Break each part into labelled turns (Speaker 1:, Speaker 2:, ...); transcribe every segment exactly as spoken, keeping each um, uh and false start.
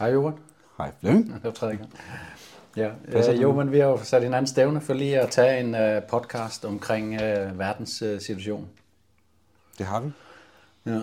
Speaker 1: Hej Johan.
Speaker 2: Hej Flemming.
Speaker 1: Det var tredje gang. Ja, øh, jo, men vi har jo sat en anden stævne for lige at tage en uh, podcast omkring uh, verdens uh, situation.
Speaker 2: Det har vi.
Speaker 1: Ja.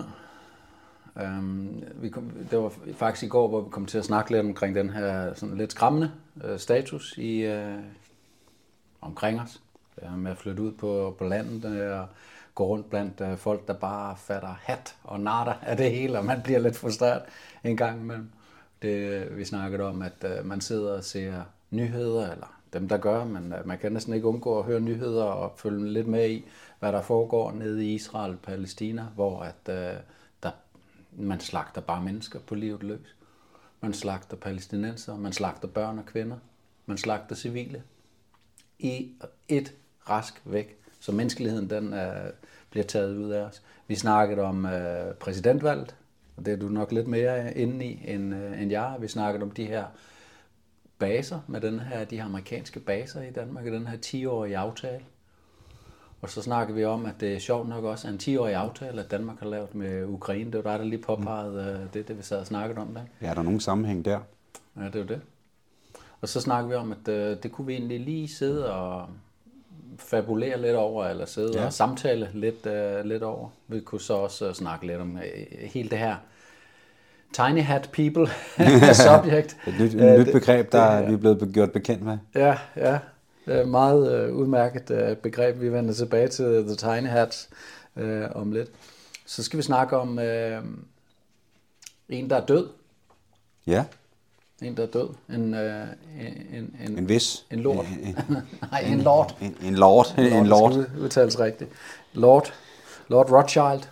Speaker 1: Um, vi kom, det var faktisk i går, hvor vi kom til at snakke lidt omkring den her sådan lidt skræmmende uh, status i uh, omkring os. Uh, med at flytte ud på, på landet og uh, gå rundt blandt uh, folk, der bare fatter hat og natter af det hele, og man bliver lidt frustreret en gang imellem. Det, vi snakkede om, at uh, man sidder og ser nyheder, eller dem der gør, men uh, man kan næsten ikke undgå at høre nyheder og følge lidt med i, hvad der foregår nede i Israel og Palæstina, hvor at, uh, der, man slagter bare mennesker på livet løs. Man slagter palæstinenser, man slagter børn og kvinder, man slagter civile i et rask væk, så menneskeligheden den uh, bliver taget ud af os. Vi snakkede om uh, præsidentvalget, og det er du nok lidt mere inde i end, uh, end jeg. Vi snakkede om de her baser, med den her, de her amerikanske baser i Danmark, i den her ti-årige aftale. Og så snakker vi om, at det er sjovt nok også en ti-årig aftale, at Danmark har lavet med Ukraine. Det var dig, der lige påpegede det, det vi sad og snakkede om der.
Speaker 2: Ja, er der nogen sammenhæng der?
Speaker 1: Ja, det er jo det. Og så snakker vi om, at det kunne vi egentlig lige sidde og fabulere lidt over, eller sidde ja. og samtale lidt, uh, lidt over. Vi kunne så også snakke lidt om uh, hele det her tiny hat people subject.
Speaker 2: Et nyt, et nyt begreb, der det, det, vi er blevet gjort bekendt med.
Speaker 1: Ja, ja. Det er meget uh, udmærket uh, begreb. Vi vender tilbage til the tiny hats uh, om lidt. Så skal vi snakke om uh, en, der er død.
Speaker 2: Ja.
Speaker 1: En, der er død. En, uh, en, en,
Speaker 2: en vis.
Speaker 1: En lord.
Speaker 2: En,
Speaker 1: Nej, en, en lord.
Speaker 2: En, en lord. En, en lord.
Speaker 1: Det skal udtales rigtigt. Lord. Lord Rothschild.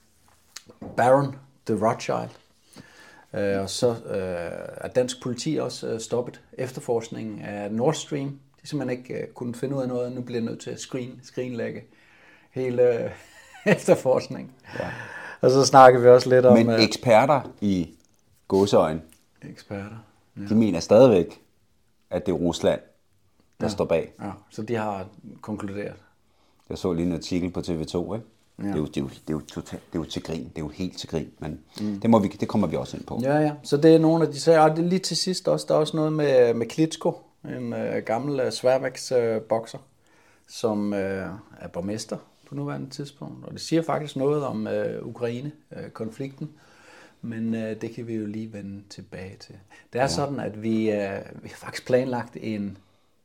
Speaker 1: Baron de Rothschild. Uh, og så uh, er dansk politi også uh, stoppet efterforskningen af Nord Stream. De simpelthen ikke uh, kunne finde ud af noget, nu bliver nødt til at screen, screenlægge hele uh, efterforskningen. Ja. Og så snakker vi også lidt om...
Speaker 2: Men eksperter i gåseøjne,
Speaker 1: eksperter, ja.
Speaker 2: de mener stadigvæk, at det er Rusland, der
Speaker 1: ja.
Speaker 2: står bag.
Speaker 1: Ja, så de har konkluderet.
Speaker 2: Jeg så lige en artikel på T V to, ikke?
Speaker 1: Ja.
Speaker 2: Det, er jo, det, er jo, det, er jo total, det er jo til grin, det er jo helt til grin, men mm. det, må vi, det kommer vi også ind på.
Speaker 1: Ja, ja, så det er nogle af de sager, og det er lige til sidst også, der er også noget med, med Klitschko, en uh, gammel uh, sværvægtsbokser, uh, som uh, er borgmester på nuværende tidspunkt, og det siger faktisk noget om uh, Ukraine-konflikten, uh, men uh, det kan vi jo lige vende tilbage til. Det er ja. sådan, at vi, uh, vi har faktisk planlagt en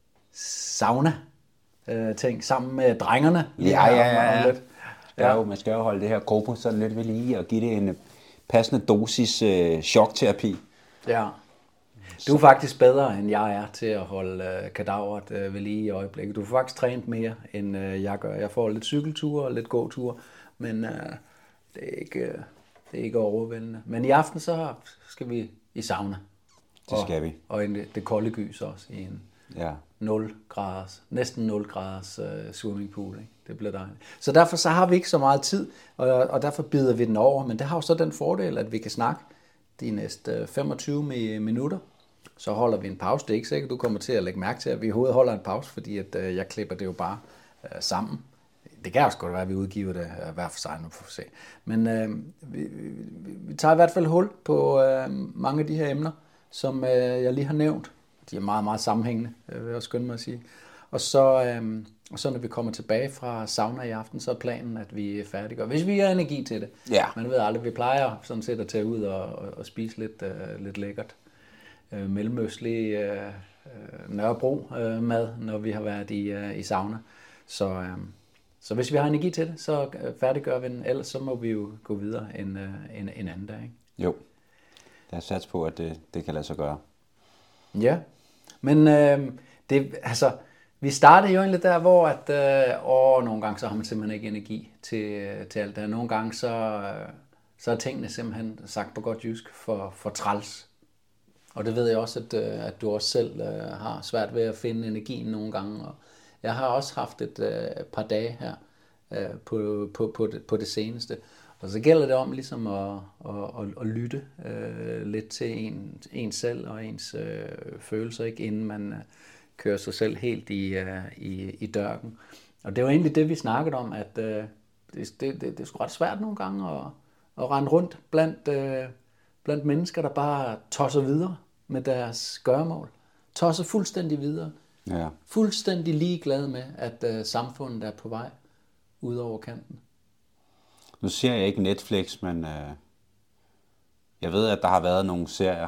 Speaker 1: sauna-ting uh, sammen med drengerne.
Speaker 2: Ja, ja, ja, ja. Lidt. Ja. Jo, man skal jo holde det her gruppe sådan lidt ved lige og give det en passende dosis øh, chokterapi.
Speaker 1: Ja, du er faktisk bedre end jeg er til at holde øh, kadaveret øh, ved lige i øjeblikket. Du får faktisk trænet mere end øh, jeg gør. Jeg får lidt cykelture og lidt gåture, men øh, det, er ikke, øh, det er ikke overvældende. Men i aften så skal vi i sauna.
Speaker 2: Det skal
Speaker 1: og,
Speaker 2: vi.
Speaker 1: Og en, det kolde gys også i en
Speaker 2: ja.
Speaker 1: nul graders, næsten nul graders uh, swimmingpool. Ikke? Det bliver dejligt. Så derfor så har vi ikke så meget tid, og, og derfor bider vi den over. Men det har jo så den fordel, at vi kan snakke de næste femogtyve minutter. Så holder vi en pause. Det er ikke sikkert, du kommer til at lægge mærke til, at vi i hovedet holder en pause, fordi at, uh, jeg klipper det jo bare uh, sammen. Det kan også godt være, at vi udgiver det uh, hver for sig, nu får vi se. Men uh, vi, vi, vi tager i hvert fald hul på uh, mange af de her emner, som uh, jeg lige har nævnt. De er meget, meget sammenhængende, vil jeg skynde mig at sige. Og så, øhm, og så når vi kommer tilbage fra sauna i aften, så er planen, at vi er færdige. Hvis vi har energi til det.
Speaker 2: Ja.
Speaker 1: Man ved aldrig, vi plejer sådan set at tage ud og, og, og spise lidt, øh, lidt lækkert. Øh, mellemøstlig øh, Nørrebro øh, mad, når vi har været i, øh, i sauna. Så, øh, så hvis vi har energi til det, så færdiggør vi den. Ellers så må vi jo gå videre en, øh, en, en anden dag. Ikke?
Speaker 2: Jo, jeg har sat på, at det, det kan lade sig gøre.
Speaker 1: Ja, men øh, det, altså, vi startede jo egentlig der, hvor at, øh, åh, nogle gange så har man simpelthen ikke energi til, til alt det her. Nogle gange så, øh, så er tingene simpelthen, sagt på godt jysk, for, for træls. Og det ved jeg også, at, øh, at du også selv øh, har svært ved at finde energien nogle gange. Og jeg har også haft et øh, par dage her øh, på, på, på, det, på det seneste. Og så gælder det om ligesom at, at, at, at lytte øh, lidt til en, en selv og ens øh, følelser, ikke, inden man øh, kører sig selv helt i, øh, i, i dørken. Og det var egentlig det, vi snakkede om, at øh, det, det, det, det er sgu ret svært nogle gange at, at rende rundt blandt, øh, blandt mennesker, der bare tosser videre med deres gøremål. Tosser fuldstændig videre.
Speaker 2: Ja.
Speaker 1: Fuldstændig ligeglad med, at uh, samfundet er på vej ud over kanten.
Speaker 2: Nu ser jeg ikke Netflix, men øh, jeg ved, at der har været nogle serier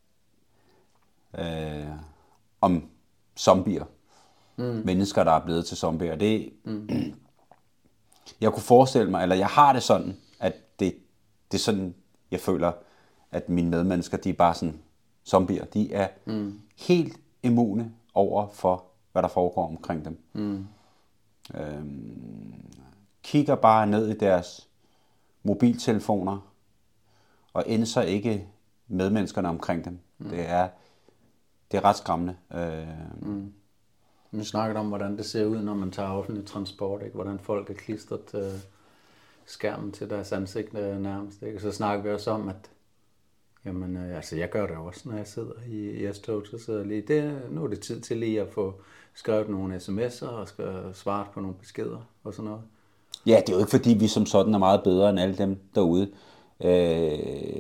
Speaker 2: øh, om zombier. Mm. Mennesker, der er blevet til zombier. Det, mm. Jeg kunne forestille mig, eller jeg har det sådan, at det, det er sådan, jeg føler, at mine medmennesker, de er bare sådan zombier. De er mm. helt immune over for, hvad der foregår omkring dem. Mm. Øhm, kigger bare ned i deres mobiltelefoner, og indser ikke medmenneskerne omkring dem. Mm. Det er det er ret skræmmende. Øh,
Speaker 1: mm. Vi snakker om, hvordan det ser ud, når man tager offentlig transport, ikke? Hvordan folk er klistret øh, skærmen til deres ansigt øh, nærmest. Ikke? Så snakker vi også om, at jamen, øh, altså, jeg gør det også, når jeg sidder i, i S-tog, så sidder jeg lige, det, nu er det tid til lige at få skrevet nogle sms'er og svaret på nogle beskeder og sådan noget.
Speaker 2: Ja, det er jo ikke fordi, vi som sådan er meget bedre end alle dem derude. Øh...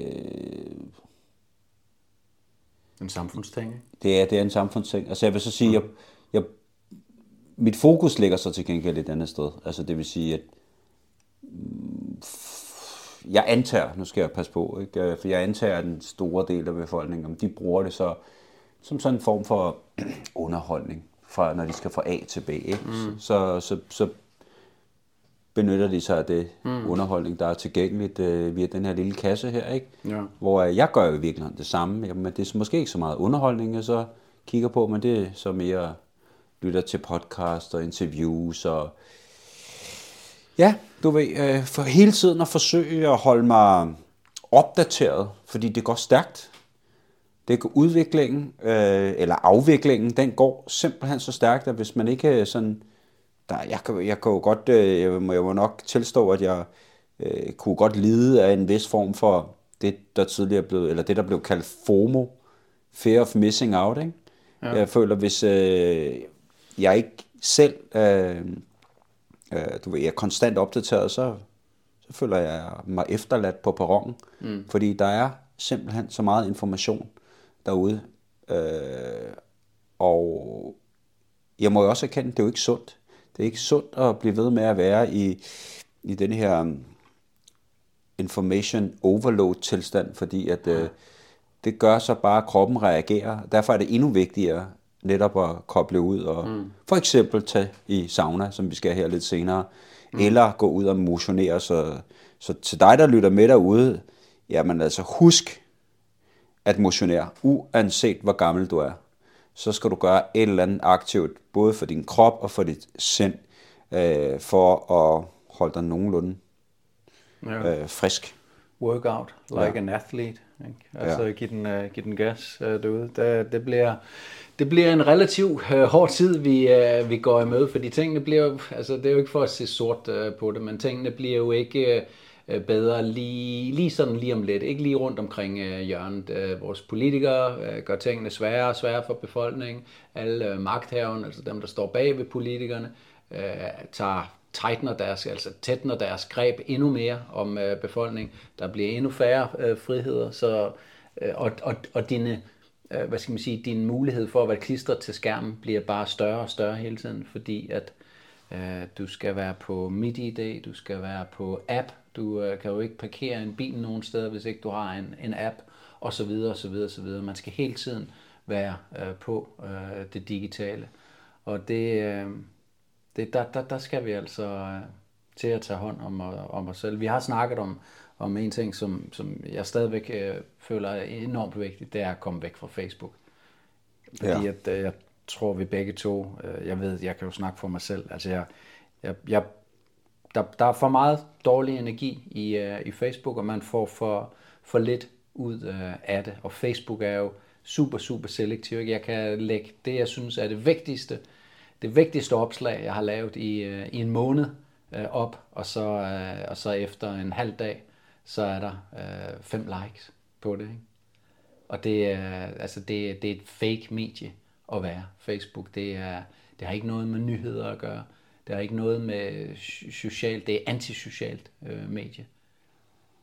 Speaker 1: En samfundsting, ikke?
Speaker 2: Det er, det er en samfundsting. Altså jeg vil så sige, mm. jeg, jeg, mit fokus ligger så til gengæld et andet sted. Altså det vil sige, at jeg antager, nu skal jeg passe på, ikke? For jeg antager, at den store del af befolkningen, de bruger det så som sådan en form for underholdning, fra, når de skal fra A til B. Ikke? Mm. Så, så, så benytter de sig af det mm. underholdning, der er tilgængeligt øh, via den her lille kasse her. Ikke?
Speaker 1: Ja.
Speaker 2: Hvor jeg gør jo virkelig det samme, men det er måske ikke så meget underholdning, jeg så kigger på, men det er så mere lytter til podcast og interviews og ja, du ved, øh, for hele tiden at forsøge at holde mig opdateret, fordi det går stærkt. Det går udviklingen, øh, eller afviklingen, den går simpelthen så stærkt, at hvis man ikke sådan, der, jeg, kan, jeg kan jo godt, øh, jeg, må, jeg må nok tilstå, at jeg øh, kunne godt lide af en vis form for det, der tidligere blev, eller det, der blev kaldt FOMO, Fear of Missing Out, ikke? Ja. Jeg føler, hvis øh, jeg ikke selv øh, du ved, jeg er konstant opdateret, så, så føler jeg mig efterladt på perronen. Mm. Fordi der er simpelthen så meget information derude. Øh, og jeg må jo også erkende, at det er jo ikke sundt. Det er ikke sundt at blive ved med at være i, i den her information overload tilstand, fordi at, øh, det gør så bare, at kroppen reagerer. Derfor er det endnu vigtigere netop at koble ud og mm. for eksempel tage i sauna, som vi skal her lidt senere, mm. eller gå ud og motionere. Så, så til dig, der lytter med derude, jamen altså husk at motionere, uanset hvor gammel du er. Så skal du gøre et eller andet aktivt, både for din krop og for dit sind, øh, for at holde dig nogenlunde ja. øh, frisk.
Speaker 1: Workout, like ja. an athlete. Ikke? Altså ja. give, den, uh, give den gas uh, derude. Det, det, bliver, det bliver en relativt uh, hård tid, vi, uh, vi går i møde, fordi tingene bliver, altså det er jo ikke for at se sort uh, på det, men tingene bliver jo ikke uh, bedre lige, lige sådan lige om lidt, ikke lige rundt omkring uh, hjørnet. Uh, vores politikere uh, gør tingene sværere og sværere for befolkningen. Alle uh, magthaverne, altså dem, der står bag ved politikerne, uh, tager tightener deres, altså tætner deres greb endnu mere om øh, befolkningen. Der bliver endnu færre øh, friheder, så, øh, og, og, og dine, øh, hvad skal man sige, din mulighed for at være klistret til skærmen bliver bare større og større hele tiden, fordi at øh, du skal være på MitID, du skal være på app, du øh, kan jo ikke parkere en bil nogen steder, hvis ikke du har en, en app, og så videre, og så videre, og så videre. Man skal hele tiden være øh, på øh, det digitale, og det øh, Det, der, der, der skal vi altså uh, til at tage hånd om, om os selv. Vi har snakket om, om en ting, som, som jeg stadigvæk uh, føler er enormt vigtigt, det er at komme væk fra Facebook. Fordi ja. at, uh, jeg tror, vi begge to, uh, jeg ved, jeg kan jo snakke for mig selv, altså jeg, jeg, jeg, der, der er for meget dårlig energi i, uh, i Facebook, og man får for, for lidt ud uh, af det. Og Facebook er jo super, super selektiv. Jeg kan lægge det, jeg synes er det vigtigste, Det vigtigste opslag, jeg har lavet i, øh, i en måned øh, op, og så, øh, og så efter en halv dag, så er der øh, fem likes på det. Ikke? Og det er, altså det, det er et fake medie at være Facebook. Det, er, det har ikke noget med nyheder at gøre. Det har ikke noget med socialt, det er antisocialt øh, medie.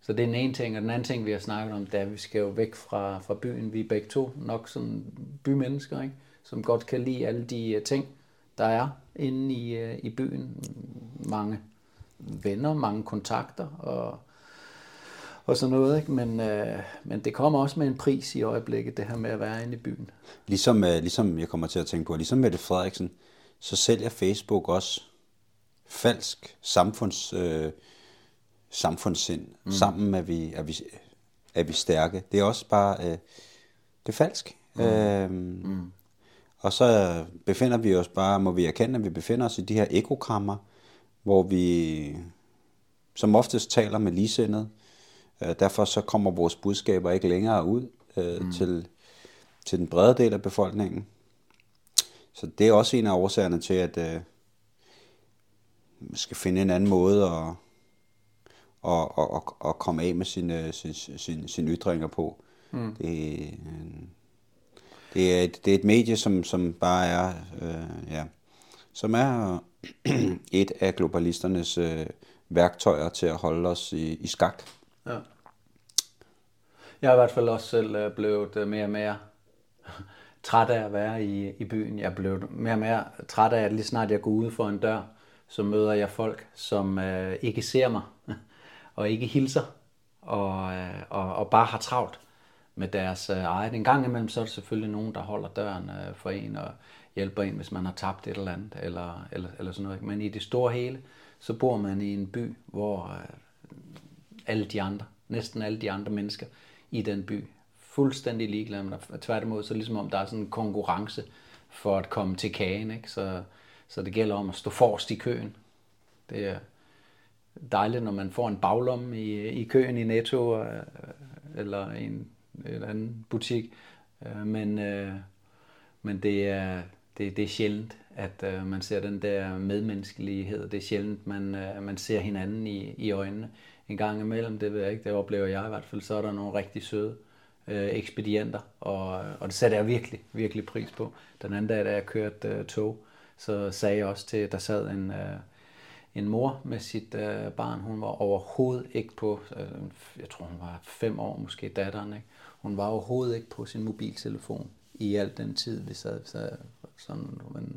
Speaker 1: Så det er den ene ting, og den anden ting, vi har snakket om, det er, at vi skal jo væk fra, fra byen. Vi er begge to nok sådan bymennesker, ikke? Som godt kan lide alle de ting, der er inde i, i byen. Mange venner, mange kontakter og, og sådan noget, ikke? Men, øh, men det kommer også med en pris i øjeblikket, det her med at være inde i byen.
Speaker 2: Ligesom, øh, ligesom jeg kommer til at tænke på, ligesom Mette Frederiksen, så sælger Facebook også falsk samfunds, øh, samfundssind. Mm. Sammen er vi, er, vi, er vi stærke. Det er også bare, øh, det er falsk. Mm. Øh, mm. Og så befinder vi os bare, må vi erkende, at vi befinder os i de her ekokrammer, hvor vi som oftest taler med ligesindede. Øh, derfor så kommer vores budskaber ikke længere ud øh, mm. til, til den brede del af befolkningen. Så det er også en af årsagerne til, at øh, man skal finde en anden måde at, at, at, at, at komme af med sine, sine, sine, sine ytringer på. Mm. Det, øh, det, er et, det er et medie, som, som bare er, øh, ja, som er et af globalisternes øh, værktøjer til at holde os i, i skak. Ja.
Speaker 1: Jeg har i hvert fald også selv blevet mere og mere træt af at være i, i byen. Jeg er blevet mere og mere træt af, at lige snart jeg går ud for en dør, så møder jeg folk, som øh, ikke ser mig, og ikke hilser, og, øh, og, og bare har travlt med deres øh, eget. En gang imellem, så er der selvfølgelig nogen, der holder døren øh, for en, og hjælper en, hvis man har tabt et eller andet, eller, eller, eller sådan noget. Men i det store hele, så bor man i en by, hvor øh, alle de andre, næsten alle de andre mennesker i den by, fuldstændig ligeglade, men tværtimod, så ligesom om der er sådan en konkurrence for at komme til kagen, ikke? Så, så det gælder om at stå forrest i køen. Det er dejligt, når man får en baglomme i, i køen i Netto, øh, eller i en eller anden butik, øh, men, øh, men det er, det, det er sjældent, at øh, man ser den der medmenneskelighed. Det er sjældent, man, øh, man ser hinanden i, i øjnene. En gang imellem, det ved jeg ikke, det oplever jeg i hvert fald, så er der nogle rigtig søde øh, ekspedienter, og, og det sætter jeg virkelig, virkelig pris på. Den anden dag, da jeg kørte øh, tog, så sagde jeg også til, at der sad en, øh, en mor med sit øh, barn. Hun var overhovedet ikke på, øh, jeg tror hun var fem år måske, datteren, ikke? Hun var overhovedet ikke på sin mobiltelefon i al den tid, vi sad, sad sådan en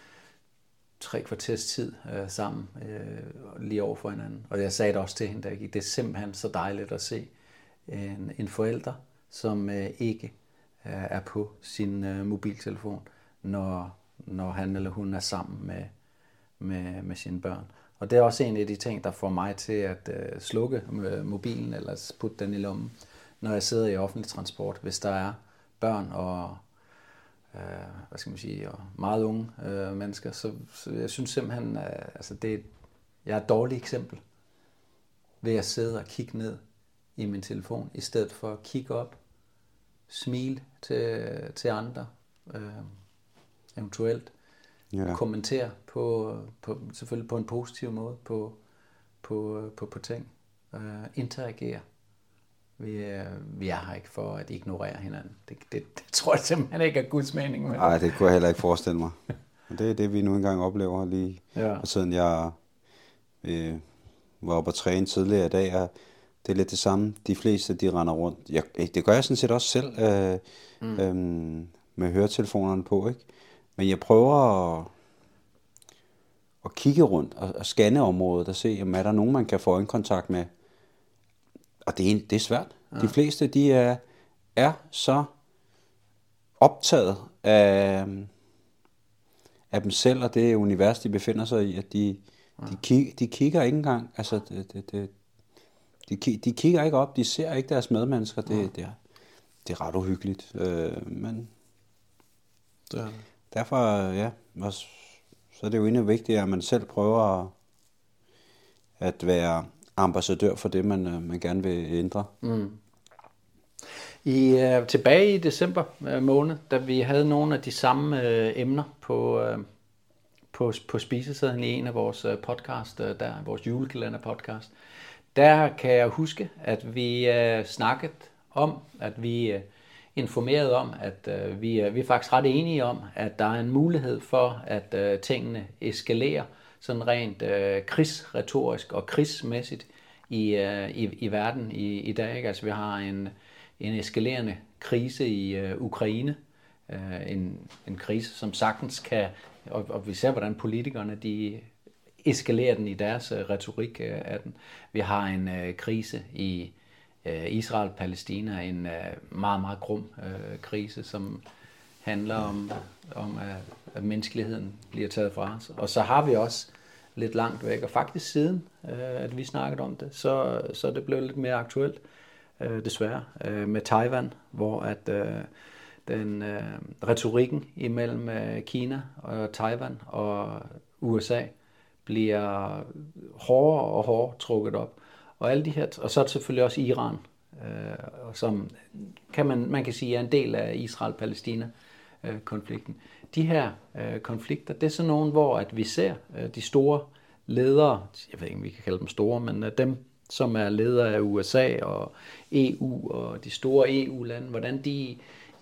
Speaker 1: tre kvarters tid øh, sammen, øh, lige over for hinanden. Og jeg sagde det også til hende, der gik. Det er simpelthen så dejligt at se en, en forælder, som øh, ikke øh, er på sin øh, mobiltelefon, når, når han eller hun er sammen med, med, med sine børn. Og det er også en af de ting, der får mig til at øh, slukke mobilen, eller putte den i lommen, når jeg sidder i offentlig transport. Hvis der er børn og øh, hvad skal man sige, og meget unge øh, mennesker, så, så jeg synes simpelthen, øh, altså det, jeg er et dårligt eksempel ved at sidde og kigge ned i min telefon, i stedet for at kigge op, smile til, til andre, øh, eventuelt ja. kommentere på, på, selvfølgelig på en positiv måde, på, på, på, på ting, øh, interagere. Vi er, vi er her ikke for at ignorere hinanden. Det, det, det tror jeg simpelthen ikke er Guds mening med.
Speaker 2: Nej, det kunne jeg heller ikke forestille mig. Og det er det, vi nu engang oplever lige. Ja. Og siden jeg øh, var oppe og træne tidligere i dag, og det er lidt det samme. De fleste, de render rundt. Jeg, det gør jeg sådan set også selv øh, mm. øh, med høretelefonerne på, ikke? Men jeg prøver at, at kigge rundt og, og scanne området og se, om er der nogen, man kan få øjenkontakt med. Og det er, det er svært. Ja. De fleste, de er, er så optaget af, af dem selv, og det univers, de befinder sig i, at de, ja. de, kig, de kigger ikke engang. Altså, det, det, det, de, de kigger ikke op, de ser ikke deres medmennesker. Det, ja. det, er, det er ret uhyggeligt. Øh, men ja. derfor, ja, også, så er det jo endnu vigtigt, at man selv prøver at, at være ambassadør for det, man, man gerne vil ændre. Mm.
Speaker 1: I, uh, tilbage i december uh, måned, da vi havde nogle af de samme uh, emner på, uh, på, på spisesæden i en af vores uh, podcast, uh, der vores julekalender podcast, der kan jeg huske, at vi uh, snakket om, at vi uh, informerede om, at uh, vi, uh, vi er faktisk ret enige om, at der er en mulighed for, at uh, tingene eskalerer sådan rent uh, krigsretorisk og krigsmæssigt i, uh, i, i verden i, i dag. Ikke? Altså, vi har en, en eskalerende krise i uh, Ukraine. Uh, en, en krise, som sagtens kan, og, og vi ser, hvordan politikerne de eskalerer den i deres uh, retorik uh, af den. Vi har en uh, krise i uh, Israel-Palæstina, en uh, meget, meget grum uh, krise, som handler om, om at, at menneskeligheden bliver taget fra os. Og så har vi også lidt langt væk, og faktisk siden, uh, at vi snakkede om det, så, så er det blevet lidt mere aktuelt, uh, desværre, uh, med Taiwan, hvor at uh, den uh, retorikken imellem uh, Kina og Taiwan og U S A bliver hårdere og hårdere trukket op. Og alle de her, og så er det selvfølgelig også Iran, øh, som kan man, man kan sige er en del af Israel-Palæstina-konflikten. De her øh, konflikter, det er sådan nogle, hvor at vi ser øh, de store ledere, jeg ved ikke, om vi kan kalde dem store, men øh, dem, som er ledere af U S A og E U og de store E U-lande, hvordan de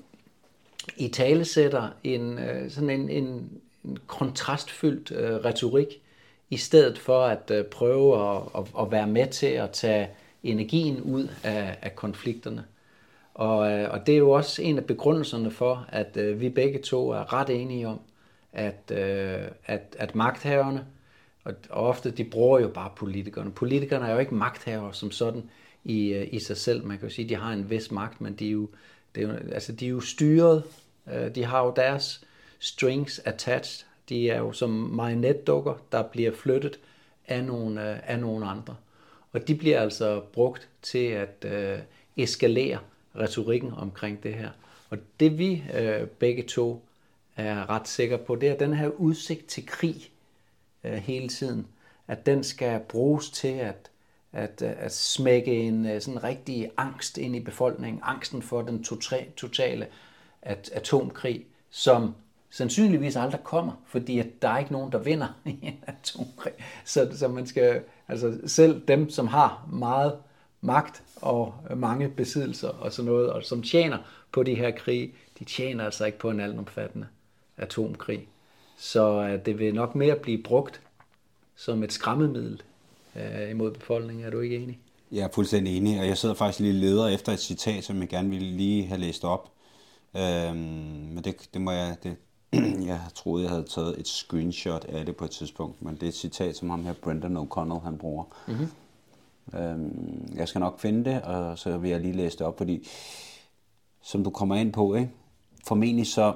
Speaker 1: i tale sætter en, øh, sådan en, en, en kontrastfyldt øh, retorik, i stedet for at øh, prøve at, at, at være med til at tage energien ud af, af konflikterne. Og, øh, og det er jo også en af begrundelserne for, at øh, vi begge to er ret enige om, at, øh, at, at magthaverne, og, og ofte de bruger jo bare politikerne. Politikerne er jo ikke magthaver som sådan i, øh, i sig selv. Man kan jo sige, at de har en vis magt, men de er jo, det er jo, altså, de er jo styret. Øh, de har jo deres strings attached. De er jo som marionetdukker, der bliver flyttet af nogle, af nogle andre. Og de bliver altså brugt til at øh, eskalere retorikken omkring det her. Og det vi øh, begge to er ret sikre på, det er den her udsigt til krig øh, hele tiden. At den skal bruges til at, at, at smække en sådan rigtig angst ind i befolkningen. Angsten for den totale at, atomkrig, som sandsynligvis aldrig kommer, fordi at der er ikke nogen, der vinder i en atomkrig. Så, så man skal, altså selv dem, som har meget magt og mange besiddelser og sådan noget, og som tjener på de her krige, de tjener altså ikke på en altomfattende atomkrig. Så det vil nok mere blive brugt som et skræmmemiddel øh, imod befolkningen. Er du ikke enig?
Speaker 2: Jeg er fuldstændig enig, og jeg sidder faktisk lige leder efter et citat, som jeg gerne ville lige have læst op. Øhm, men det, det må jeg... Det jeg troede, jeg havde taget et screenshot af det på et tidspunkt, men det er et citat, som ham her, Brendan O'Connell, han bruger. Mm-hmm. Øhm, jeg skal nok finde det, og så vil jeg lige læse det op, fordi som du kommer ind på, ikke? Formentlig så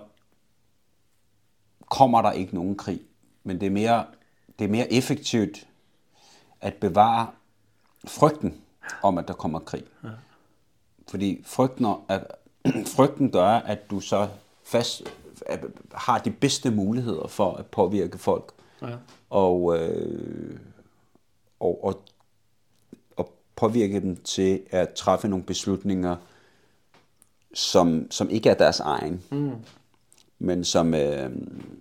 Speaker 2: kommer der ikke nogen krig, men det er mere, det er mere effektivt at bevare frygten om, at der kommer krig. Ja. Fordi frygten, at, frygten gør, at du så fast har de bedste muligheder for at påvirke folk. Ja. Og, øh, og, og, og påvirke dem til at træffe nogle beslutninger, som, som ikke er deres egen, mm. men som, øh,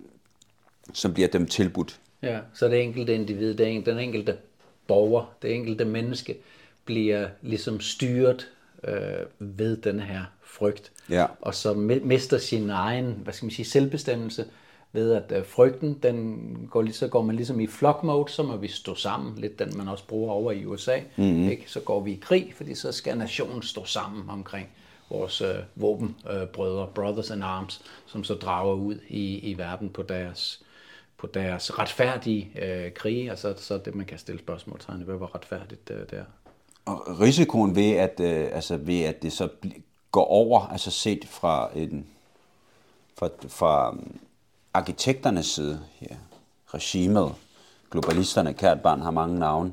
Speaker 2: som bliver dem tilbudt.
Speaker 1: Ja, så det enkelte individ, det den enkelte borger, det enkelte menneske, bliver ligesom styret øh, ved den her frygt. Ja. Og så mister sin egen, hvad skal man sige, selvbestemmelse ved, at øh, frygten, den går, så går man ligesom i flock mode, så må vi stå sammen, lidt den man også bruger over i U S A. Mm-hmm. Ikke? Så går vi i krig, fordi så skal nationen stå sammen omkring vores øh, våbenbrødre, øh, brothers in arms, som så drager ud i, i verden på deres, på deres retfærdige øh, krige, og så, så det, man kan stille spørgsmålstegn ved, hvor retfærdigt øh, det er.
Speaker 2: Og risikoen ved, at, øh, altså ved, at det så går over, altså set fra, en, fra, fra um, arkitekternes side, ja, regimet, globalisterne, kært barn har mange navne,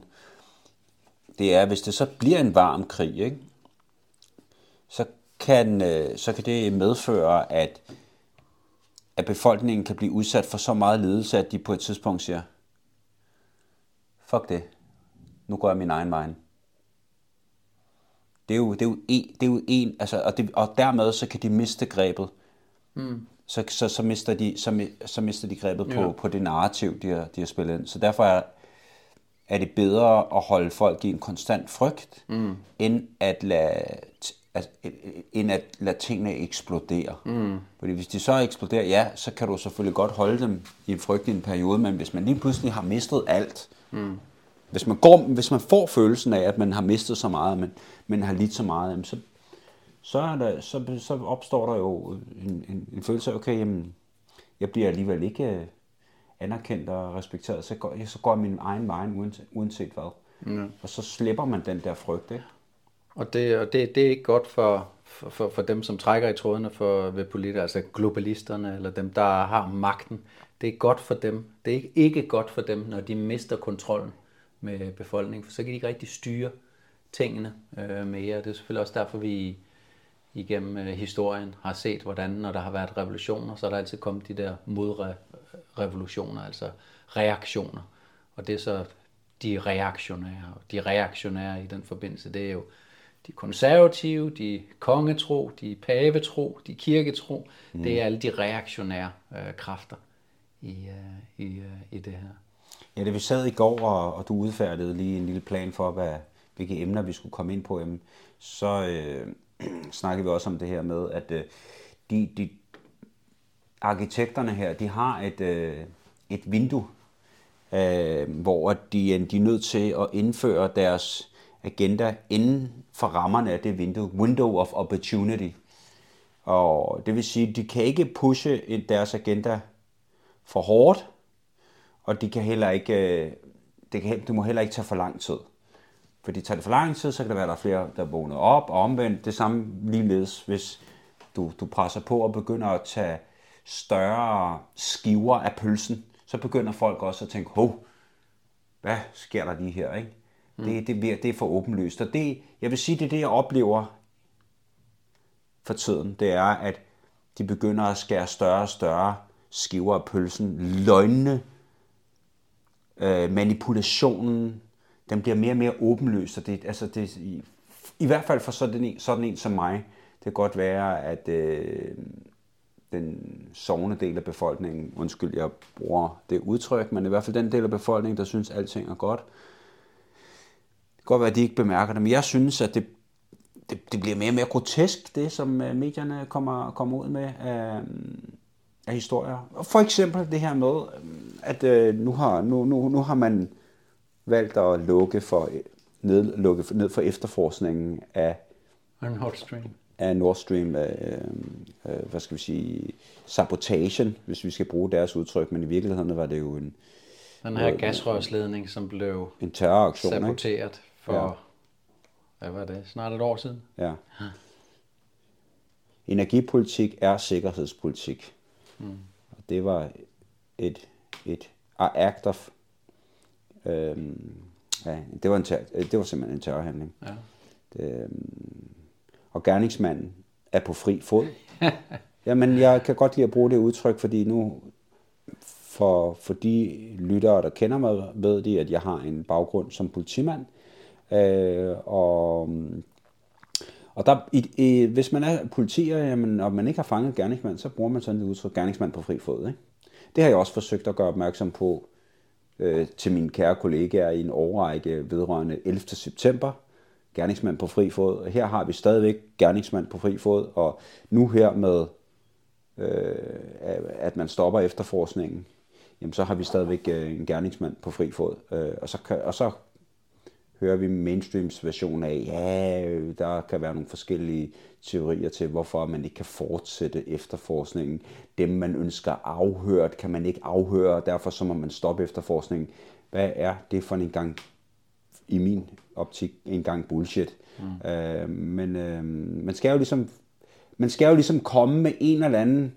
Speaker 2: det er, hvis det så bliver en varm krig, ikke, så, kan, øh, så kan det medføre, at, at befolkningen kan blive udsat for så meget lidelse, at de på et tidspunkt siger, fuck det, nu går jeg min egen vej. Det er jo, det er jo en, det er jo en, altså, og, det, og dermed så kan de miste grebet. Mm. Så, så, så, mister de, så, så mister de grebet på, ja. på det narrativ, de har, de har spillet ind. Så derfor er, er det bedre at holde folk i en konstant frygt, mm. end at lade, at, end at lade tingene eksplodere. Mm. Fordi hvis de så eksploderer, ja, så kan du selvfølgelig godt holde dem i en frygt i en periode, men hvis man lige pludselig har mistet alt, mm. hvis man, går, hvis man får følelsen af, at man har mistet så meget, men man har lidt så meget, jamen, så, så, er der, så, så opstår der jo en, en, en følelse af, okay, jamen, jeg bliver alligevel ikke anerkendt og respekteret, så går, så går jeg min egen vej, uanset, uanset hvad. Mm. Og så slipper man den der frygt, ikke?
Speaker 1: Og det, og det, det er ikke godt for, for, for, for dem, som trækker i trådene for, ved politikere, altså globalisterne, eller dem, der har magten. Det er godt for dem. Det er ikke, ikke godt for dem, når de mister kontrollen med befolkningen, for så kan de ikke rigtig styre tingene øh, mere. Det er selvfølgelig også derfor, vi igennem øh, historien har set, hvordan når der har været revolutioner, så er der altid kommet de der modrevolutioner, altså reaktioner. Og det er så de reaktionære. De reaktionære i den forbindelse, det er jo de konservative, de kongetro, de pavetro, de kirketro. Mm. Det er alle de reaktionære øh, kræfter i, øh, i, øh, i det her.
Speaker 2: Ja, det vi sad i går, og, og du udfærdede lige en lille plan for, hvad, hvilke emner vi skulle komme ind på, jamen, så øh, snakkede vi også om det her med, at øh, de, de arkitekterne her, de har et, øh, et vindue, øh, hvor de, de er nødt til at indføre deres agenda inden for rammerne af det vindue, window of opportunity. Og det vil sige, at de kan ikke pushe deres agenda for hårdt, og de kan heller ikke, det, kan, det må heller ikke tage for lang tid. Fordi tager det for lang tid, så kan der være, der er flere, der vågner op, og omvendt det samme ligeledes, hvis du, du presser på og begynder at tage større skiver af pølsen, så begynder folk også at tænke, hov, hvad sker der lige her, ikke? Mm. Det, det, det er for åbenlyst. Og det, jeg vil sige, det er det, jeg oplever for tiden, det er, at de begynder at skære større og større skiver af pølsen. Løgnene, øh, manipulationen, den bliver mere og mere åbenlyst. Og det, altså det, i, i hvert fald for sådan en, sådan en som mig, det kan godt være, at øh, den sovende del af befolkningen, undskyld, jeg bruger det udtryk, men i hvert fald den del af befolkningen, der synes, at alting er godt. Det kan godt være, at de ikke bemærker det, men jeg synes, at det, det, det bliver mere og mere grotesk, det som medierne kommer, kommer ud med af, af historier. Og for eksempel det her med, at øh, nu, har, nu, nu, nu har man valgt at lukke for, ned, lukke ned for efterforskningen af
Speaker 1: Nord Stream.
Speaker 2: af Nord Stream, øh, øh, hvad skal vi sige, sabotagen, hvis vi skal bruge deres udtryk, men i virkeligheden var det jo en...
Speaker 1: Den her øh, gasrørsledning, som blev
Speaker 2: en terroraktion,
Speaker 1: saboteret
Speaker 2: ikke?
Speaker 1: for, ja. Hvad var det, snart et år siden?
Speaker 2: Ja. ja. Energipolitik er sikkerhedspolitik. Mm. Og det var et, et act of... Øh, ja, det var, en ter- det var simpelthen en terrorhandling. Ja. Det, øh, og gerningsmanden er på fri fod. Jamen, jeg kan godt lide at bruge det udtryk, fordi nu, for, for de lyttere, der kender mig, ved de, at jeg har en baggrund som politimand. Øh, og og der, i, i, hvis man er politi, jamen, og man ikke har fanget gerningsmand, så bruger man sådan et udtryk, gerningsmand på fri fod. Ikke? Det har jeg også forsøgt at gøre opmærksom på øh, til mine kære kollegaer i en årrække vedrørende ellevte september. Gerningsmand på fri fod. Her har vi stadigvæk gerningsmand på fri fod, og nu her med, øh, at man stopper efterforskningen, jamen så har vi stadigvæk en gerningsmand på fri fod. Øh, og, så kan, og så hører vi mainstreams version af, ja, der kan være nogle forskellige teorier til, hvorfor man ikke kan fortsætte efterforskningen. Dem, man ønsker afhørt, kan man ikke afhøre, og derfor så må man stoppe efterforskningen. Hvad er det for en gang, i min optik, en gang bullshit? Mm. Øh, men øh, man skal jo ligesom, man skal jo ligesom komme med en eller anden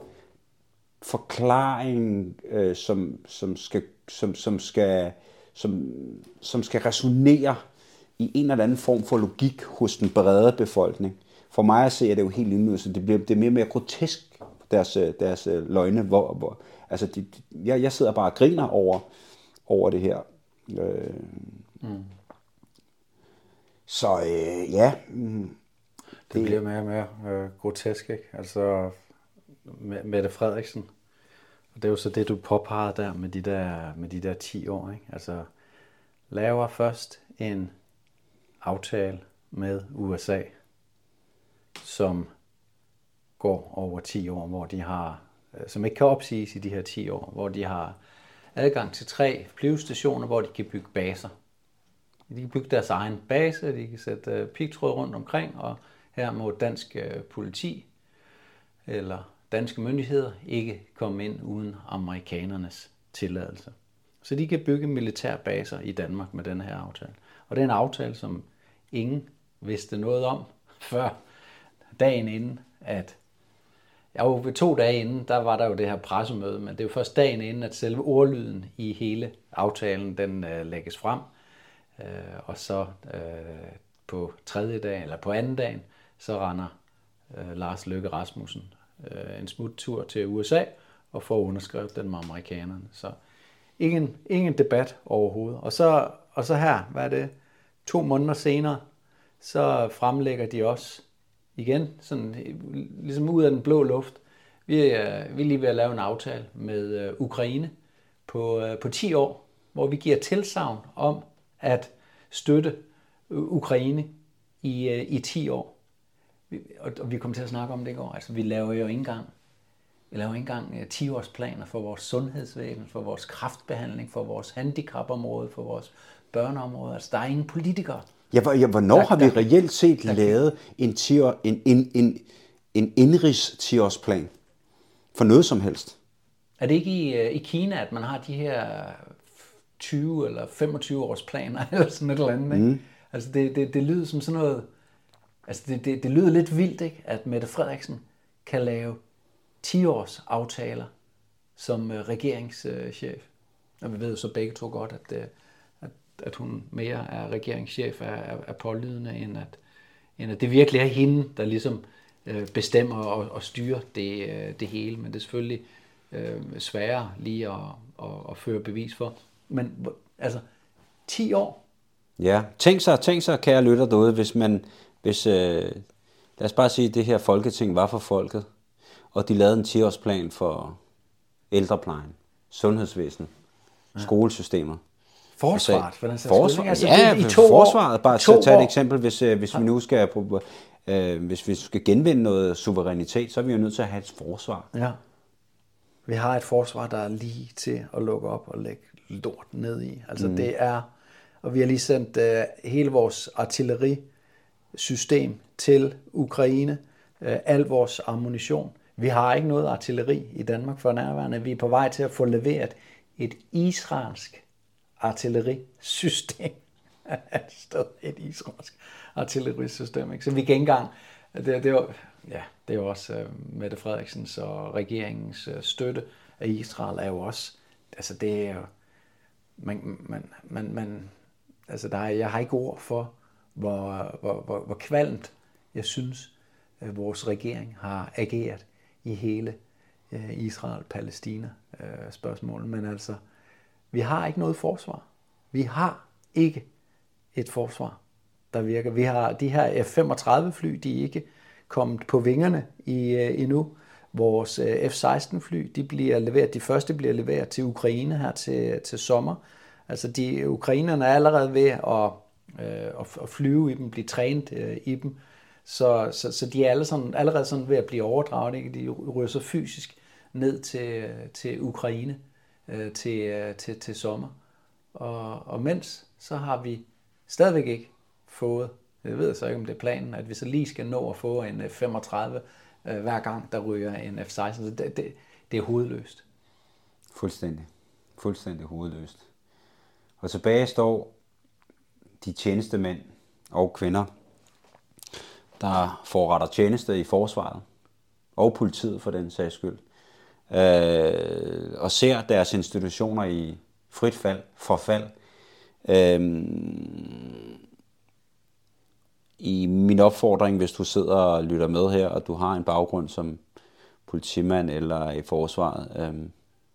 Speaker 2: forklaring, øh, som, som skal, som, som skal, som, som skal resonere i en eller anden form for logik hos den brede befolkning. For mig at se, er det jo helt indløst. Det bliver det er mere og mere grotesk, deres, deres løgne. Hvor, hvor, altså de, jeg, jeg sidder bare og griner over, over det her. Øh, mm. Så øh, ja. Mm,
Speaker 1: det, det bliver mere og mere øh, grotesk, ikke? Altså Mette Frederiksen. Og det er jo så det, du påpegede der med de der, med de der ti år, ikke? Altså laver først en aftale med U S A, som går over ti år, hvor de har, som ikke kan opsiges i de her ti år, hvor de har adgang til tre flyvestationer, hvor de kan bygge baser De kan bygge deres egen base, de kan sætte øh, pigtråd rundt omkring, og her må dansk øh, politi eller danske myndigheder ikke komme ind uden amerikanernes tilladelse. Så de kan bygge militærbaser i Danmark med den her aftale. Og det er en aftale, som ingen vidste noget om før dagen inden, at jo, ved to dage inden, der var der jo det her pressemøde, men det er jo først dagen inden, at selve ordlyden i hele aftalen, den øh, lægges frem. Øh, og så øh, på tredje dag, eller på anden dagen, så render øh, Lars Løkke Rasmussen øh, en smuttur til U S A og får underskrevet den med amerikanerne. Så ingen, ingen debat overhovedet. Og så, og så her, hvad er det, to måneder senere, så fremlægger de også igen, sådan ligesom ud af den blå luft. Vi er, vi er lige ved at lave en aftale med uh, Ukraine på, uh, på ti år, hvor vi giver tilsagn om at støtte Ukraine i, uh, i ti år. Vi, og, og vi kommer til at snakke om det i går. Altså, vi laver jo ikke engang, vi laver ikke engang uh, ti-årsplaner for vores sundhedsvæsen, for vores kræftbehandling, for vores handicapområde, for vores børneområde. Altså, der er ingen politikere.
Speaker 2: Ja, hvornår der, har vi reelt set der, lavet en, tiår, en, en, en, en indrigs ti-årsplan for noget som helst?
Speaker 1: Er det ikke i, i Kina, at man har de her tyve eller femogtyve års planer, eller sådan et eller andet, ikke? Mm. Altså det, det, det lyder som sådan noget, altså det, det, det lyder lidt vildt, ikke? At Mette Frederiksen kan lave ti års aftaler som regeringschef. Og vi ved jo så begge to godt, at at hun mere er regeringschef, er, er, er pålydende, end at, end at det virkelig er hende, der ligesom øh, bestemmer og, og styrer det, øh, det hele. Men det er selvfølgelig øh, sværere lige at, at, at føre bevis for. Men altså, ti år.
Speaker 2: Ja, tænk sig, tænk sig, kære lytter derude, hvis man, hvis, øh, lad os bare sige, at det her Folketing var for folket, og de lavede en ti-årsplan for ældreplejen, sundhedsvæsen, ja. Skolesystemer.
Speaker 1: Forsvaret, for den sags
Speaker 2: forsvaret,
Speaker 1: altså,
Speaker 2: ja,
Speaker 1: i to
Speaker 2: forsvaret, bare
Speaker 1: to
Speaker 2: til at tage et
Speaker 1: år.
Speaker 2: eksempel, hvis, hvis vi nu skal, øh, hvis vi skal genvinde noget suverænitet, så er vi jo nødt til at have et forsvar.
Speaker 1: Ja. Vi har et forsvar, der er lige til at lukke op og lægge lort ned i. Altså mm. det er, og vi har lige sendt uh, hele vores artillerisystem til Ukraine, uh, al vores ammunition. Vi har ikke noget artilleri i Danmark for nærværende. Vi er på vej til at få leveret et israelsk artillerisystem. Et israelsk artillerisystem. Ikke? Så vi kan ikke engang, det, det, er jo, ja, det er jo også uh, Mette Frederiksens og regeringens uh, støtte af Israel er jo også, altså det er jo, man, man, man, man altså der er, jeg har ikke ord for, hvor, hvor, hvor, hvor kvalmt jeg synes, uh, vores regering har ageret i hele uh, Israel-Palæstina-spørgsmålet. Men altså, vi har ikke noget forsvar. Vi har ikke et forsvar, der virker. Vi har de her F femogtredive fly, de er ikke kommet på vingerne i, uh, endnu. Vores uh, F seksten fly, de bliver leveret, de første bliver leveret til Ukraine her til, til sommer. Altså de ukrainerne er allerede ved at, uh, at flyve i dem, blive trænet uh, i dem. Så, så, så de er alle sådan, allerede sådan ved at blive overdraget. Ikke? De ryger så fysisk ned til, til Ukraine uh, til, uh, til, til sommer. Og, og mens, så har vi stadigvæk ikke fået, jeg ved så ikke om det er planen, at vi så lige skal nå at få en F femogtredive øh, hver gang, der ryger en F seksten. Så det, det, det er hovedløst.
Speaker 2: Fuldstændig. Fuldstændig hovedløst. Og tilbage står de tjenestemænd og kvinder, der forretter tjeneste i forsvaret, og politiet for den sags skyld, øh, og ser deres institutioner i frit fald, forfald. Øhm, I min opfordring, hvis du sidder og lytter med her, og du har en baggrund som politimand eller i forsvaret, øhm,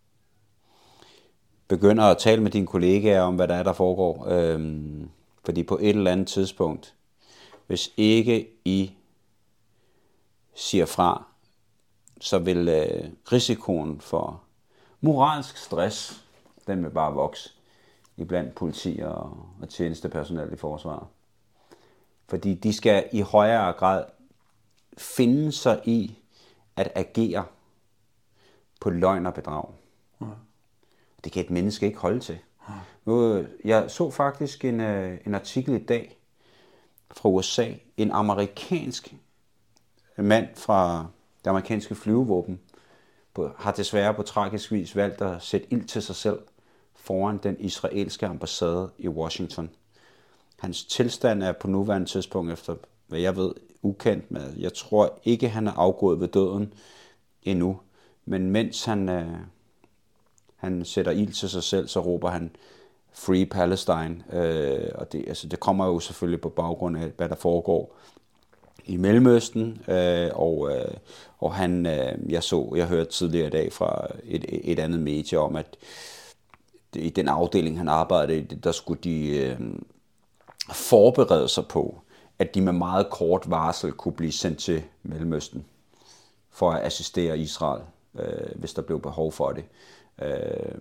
Speaker 2: begynder at tale med dine kollegaer om, hvad der er, der foregår. Øhm, fordi på et eller andet tidspunkt, hvis ikke I siger fra, så vil øh, risikoen for moralsk stress, den vil bare vokse iblandt politi og, og tjenestepersonale i forsvaret. Fordi de skal i højere grad finde sig i at agere på løgn og bedrag. Ja. Det kan et menneske ikke holde til. Nu, jeg så faktisk en, en artikel i dag fra U S A. En amerikansk mand fra det amerikanske flyvevåben har desværre på tragisk vis valgt at sætte ild til sig selv foran den israelske ambassade i Washington. Hans tilstand er på nuværende tidspunkt, efter hvad jeg ved, ukendt med. Jeg tror ikke, han er afgået ved døden endnu. Men mens han, øh, han sætter ild til sig selv, så råber han Free Palestine. Øh, og det, altså, det kommer jo selvfølgelig på baggrund af, hvad der foregår i Mellemøsten. Øh, og, øh, og han, øh, jeg så, jeg hørte tidligere i dag fra et, et andet medie om, at i den afdeling, han arbejdede i, der skulle de øh, forberede sig på, at de med meget kort varsel kunne blive sendt til Mellemøsten for at assistere Israel, øh, hvis der blev behov for det. Øh,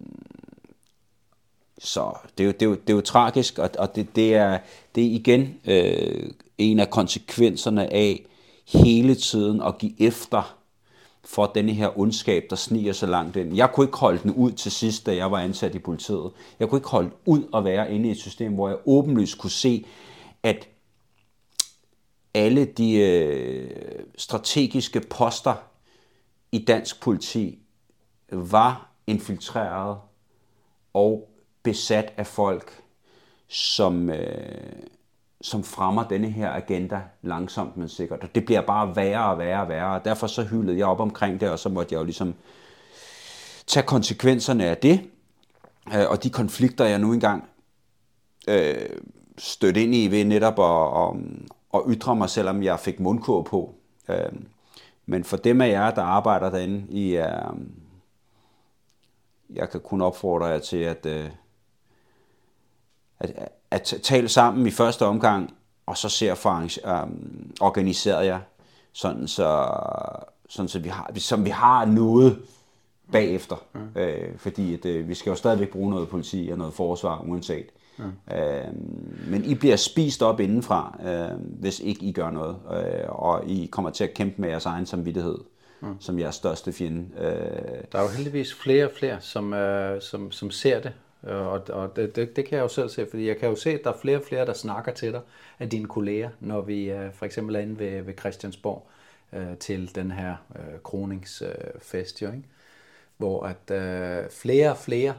Speaker 2: så det er jo, det er jo, det er jo tragisk, og, og det, det, er, det er igen øh, en af konsekvenserne af hele tiden at give efter for denne her ondskab, der sniger så langt ind. Jeg kunne ikke holde den ud til sidst, da jeg var ansat i politiet. Jeg kunne ikke holde ud at være inde i et system, hvor jeg åbenlyst kunne se, at alle de øh, strategiske poster i dansk politi var infiltreret og besat af folk, som, øh, som fremmer denne her agenda langsomt, men sikkert. Og det bliver bare værre og værre og værre, og derfor så hyldede jeg op omkring det, og så måtte jeg jo ligesom tage konsekvenserne af det, øh, og de konflikter, jeg nu engang øh, stødte ind i ved netop at, at, at ytre mig, selvom jeg fik mundkurv på. Øh, men for dem af jer, der arbejder derinde, I er, jeg kan kun opfordre jer til at, at, at tale sammen i første omgang, og så se at få um, organiseret jer, sådan så, sådan så vi har, som vi har noget bagefter. Mm. Øh, fordi at, øh, vi skal jo stadigvæk bruge noget politi og noget forsvar, uanset. Mm. Øh, men I bliver spist op indenfra, øh, hvis ikke I gør noget, øh, og I kommer til at kæmpe med jeres egen samvittighed. Mm. Som jeres største fjende.
Speaker 1: Der er jo heldigvis flere og flere, som, øh, som, som ser det, og, og det, det, det kan jeg jo selv se, fordi jeg kan jo se, at der er flere og flere, der snakker til dig af dine kolleger, når vi øh, for eksempel er inde ved, ved Christiansborg øh, til den her øh, kroningsfest, øh, hvor at øh, flere og flere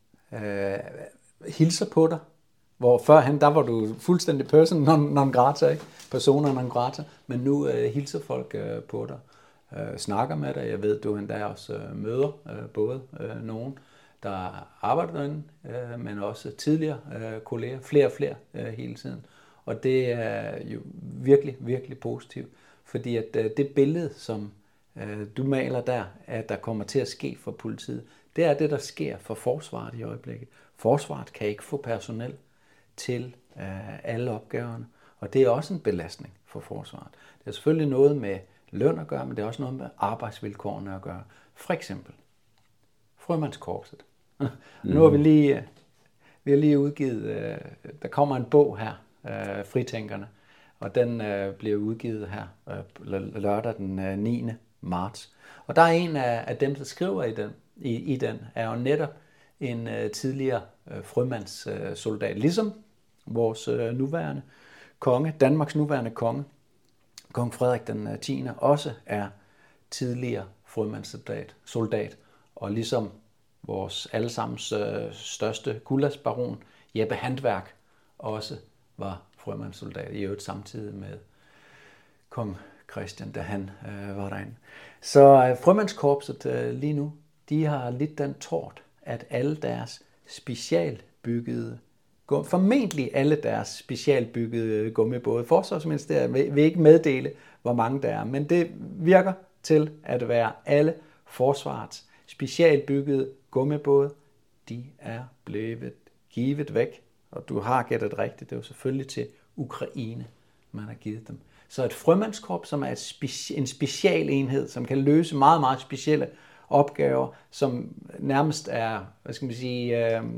Speaker 1: øh, hilser på dig, hvor førhen, der var du fuldstændig person non, non grata, ikke? Persona non grata, men nu øh, hilser folk øh, på dig. Øh, snakker med dig. Jeg ved, du endda også øh, møder øh, både øh, nogen, der arbejder derinde, øh, men også tidligere øh, kolleger, flere og flere øh, hele tiden. Og det er jo virkelig, virkelig positivt, fordi at øh, det billede, som øh, du maler der, at der kommer til at ske for politiet, det er det, der sker for forsvaret i øjeblikket. Forsvaret kan ikke få personel til øh, alle opgaverne, og det er også en belastning for forsvaret. Det er selvfølgelig noget med løn at gøre, men det er også noget med arbejdsvilkårene at gøre. For eksempel Frømandskorpset. Mm. Nu har vi lige, vi har lige udgivet, der kommer en bog her, Fritænkerne, og den bliver udgivet her lørdag den niende marts. Og der er en af dem, der skriver i den, i, i den er jo netop en tidligere frømandssoldat, ligesom vores nuværende konge, Danmarks nuværende konge, Kong Frederik den tiende også er tidligere frømandssoldat, soldat, og ligesom vores allesammens øh, største gullaschbaron, Jeppe Handværk, også var frømandssoldat, i øvrigt samtidig med kong Christian, da han øh, var derinde. Så øh, frømandskorpset øh, lige nu, de har lidt den tort, at alle deres specialbyggede formentlig alle deres specialbyggede gummibåde. Forsvarsministeriet vil, vil ikke meddele, hvor mange der er, men det virker til at være alle forsvarets specialbyggede gummibåde. De er blevet givet væk, og du har gættet rigtigt, det er jo selvfølgelig til Ukraine, man har givet dem. Så et frømandskorps, som er et speci- en specialenhed, som kan løse meget, meget specielle opgaver, som nærmest er, hvad skal man sige, øh,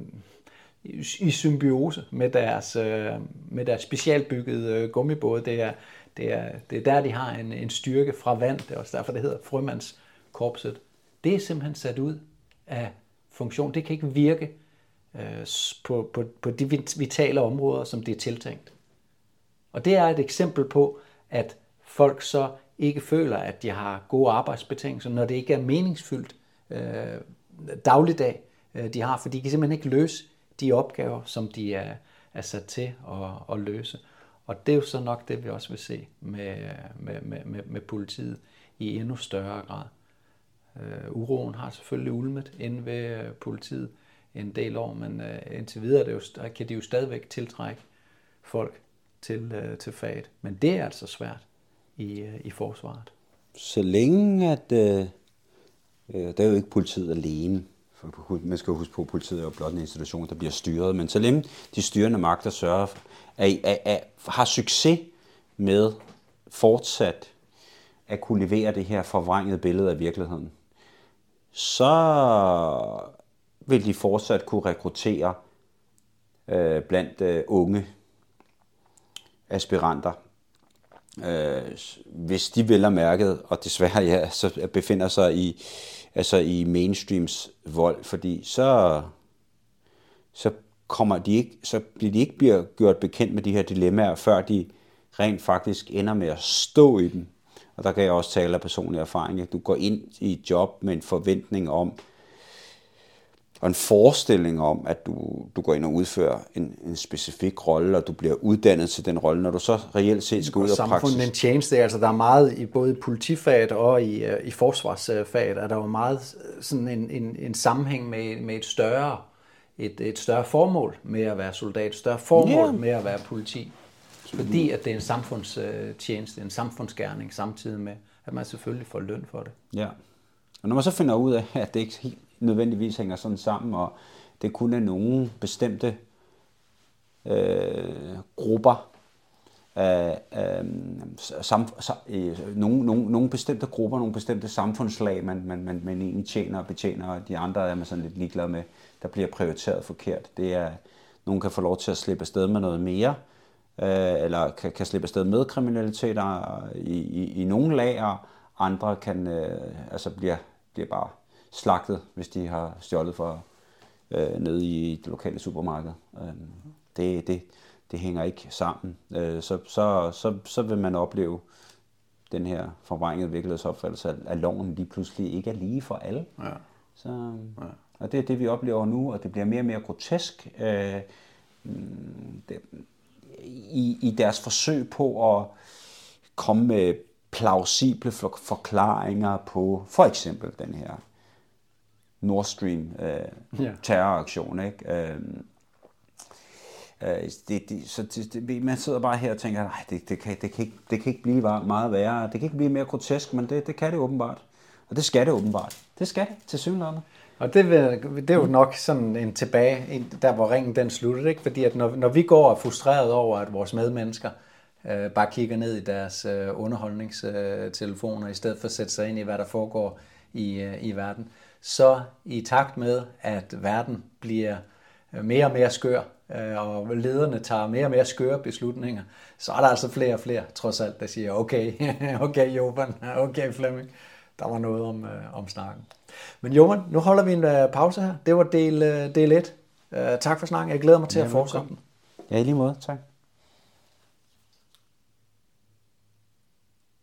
Speaker 1: i symbiose med deres, med deres specialbyggede gummibåde. Det er, det er, det er der, de har en, en styrke fra vand. Det er også derfor, det hedder frømandskorpset. Det er simpelthen sat ud af funktion. Det kan ikke virke øh, på, på, på de vitale områder, som det er tiltænkt. Og det er et eksempel på, at folk så ikke føler, at de har gode arbejdsbetingelser, når det ikke er meningsfyldt øh, dagligdag, øh, de har, for de kan simpelthen ikke løse de opgaver, som de er, er sat til at, at løse. Og det er jo så nok det, vi også vil se med, med, med, med politiet i endnu større grad. Øh, uroen har selvfølgelig ulmet inde ved politiet en del år, men øh, indtil videre er det jo, kan de jo stadigvæk tiltrække folk til, øh, til faget. Men det er altså svært i, øh, i forsvaret.
Speaker 2: Så længe at, øh, det er jo ikke politiet alene, for man skal jo huske på, at politiet er jo blot en institution, der bliver styret, men så længe de styrende magter sørger, at, at, at har succes med fortsat at kunne levere det her forvrængede billede af virkeligheden, så vil de fortsat kunne rekruttere øh, blandt øh, unge aspiranter, øh, hvis de vel er mærket, og desværre ja, så befinder sig i, altså i mainstreams vold, fordi så, så, kommer de ikke, så bliver de ikke bliver gjort bekendt med de her dilemmaer, før de rent faktisk ender med at stå i dem. Og der kan jeg også tale af personlig erfaring, at du går ind i et job med en forventning om, og en forestilling om, at du, du går ind og udfører en, en specifik rolle, og du bliver uddannet til den rolle, når du så reelt set skal ud og praksis.
Speaker 1: Samfundet en tjeneste, altså der er meget i både politifaget og i, i forsvarsfaget, er der jo meget sådan en, en, en sammenhæng med, med et større et, et større formål med at være soldat, et større formål yeah. med at være politi. Fordi at det er en samfundstjeneste, en samfundsgerning, samtidig med, at man selvfølgelig får løn for det.
Speaker 2: Ja, og når man så finder ud af, at det ikke helt nødvendigvis hænger sådan sammen, og det kun er nogle bestemte øh, grupper, af, af sam, sam, øh, nogle, nogle, nogle bestemte grupper, nogle bestemte samfundslag, man, man, man, man egentlig tjener og betjener, og de andre er man sådan lidt ligeglad med, der bliver prioriteret forkert. Det er, nogen kan få lov til at slippe afsted med noget mere, eller kan, kan slippe afsted med kriminalitet i, i, i nogle lager, andre kan øh, altså bliver, bliver bare slagtet, hvis de har stjålet for øh, nede i det lokale supermarked. Øh, det, det, det hænger ikke sammen. Øh, så, så, så, så vil man opleve den her forvrængede virkelighedsopfattelse, at, at loven lige pludselig ikke er lige for alle. Ja. Så, ja. Og det er det, vi oplever nu, og det bliver mere og mere grotesk. Øh, det, I, i deres forsøg på at komme med plausible forklaringer på for eksempel den her Nord Stream øh, yeah. terroraktion. Ikke? Øh, øh, det, det, så det, det, man sidder bare her og tænker, nej, det, det, kan, det, kan ikke, det kan ikke blive meget værre, det kan ikke blive mere grotesk, men det, det kan det åbenbart. Og det skal det åbenbart. Det skal det til synligheden.
Speaker 1: Og det, vil, det er jo nok sådan en tilbage, en, der hvor ringen den sluttede, ikke? Fordi at når, når vi går og er frustreret over, at vores medmennesker øh, bare kigger ned i deres øh, underholdningstelefoner, i stedet for at sætte sig ind i, hvad der foregår i, øh, i verden, så i takt med, at verden bliver mere og mere skør, øh, og lederne tager mere og mere skøre beslutninger, så er der altså flere og flere, trods alt, der siger, okay, okay Joban, okay Flemming, der var noget om, øh, om snakken. Men Johan, nu holder vi en uh, pause her. Det var del, uh, del et. Uh, tak for snakken. Jeg glæder mig til ja, at fortsætte den.
Speaker 2: Ja, i lige måde. Tak.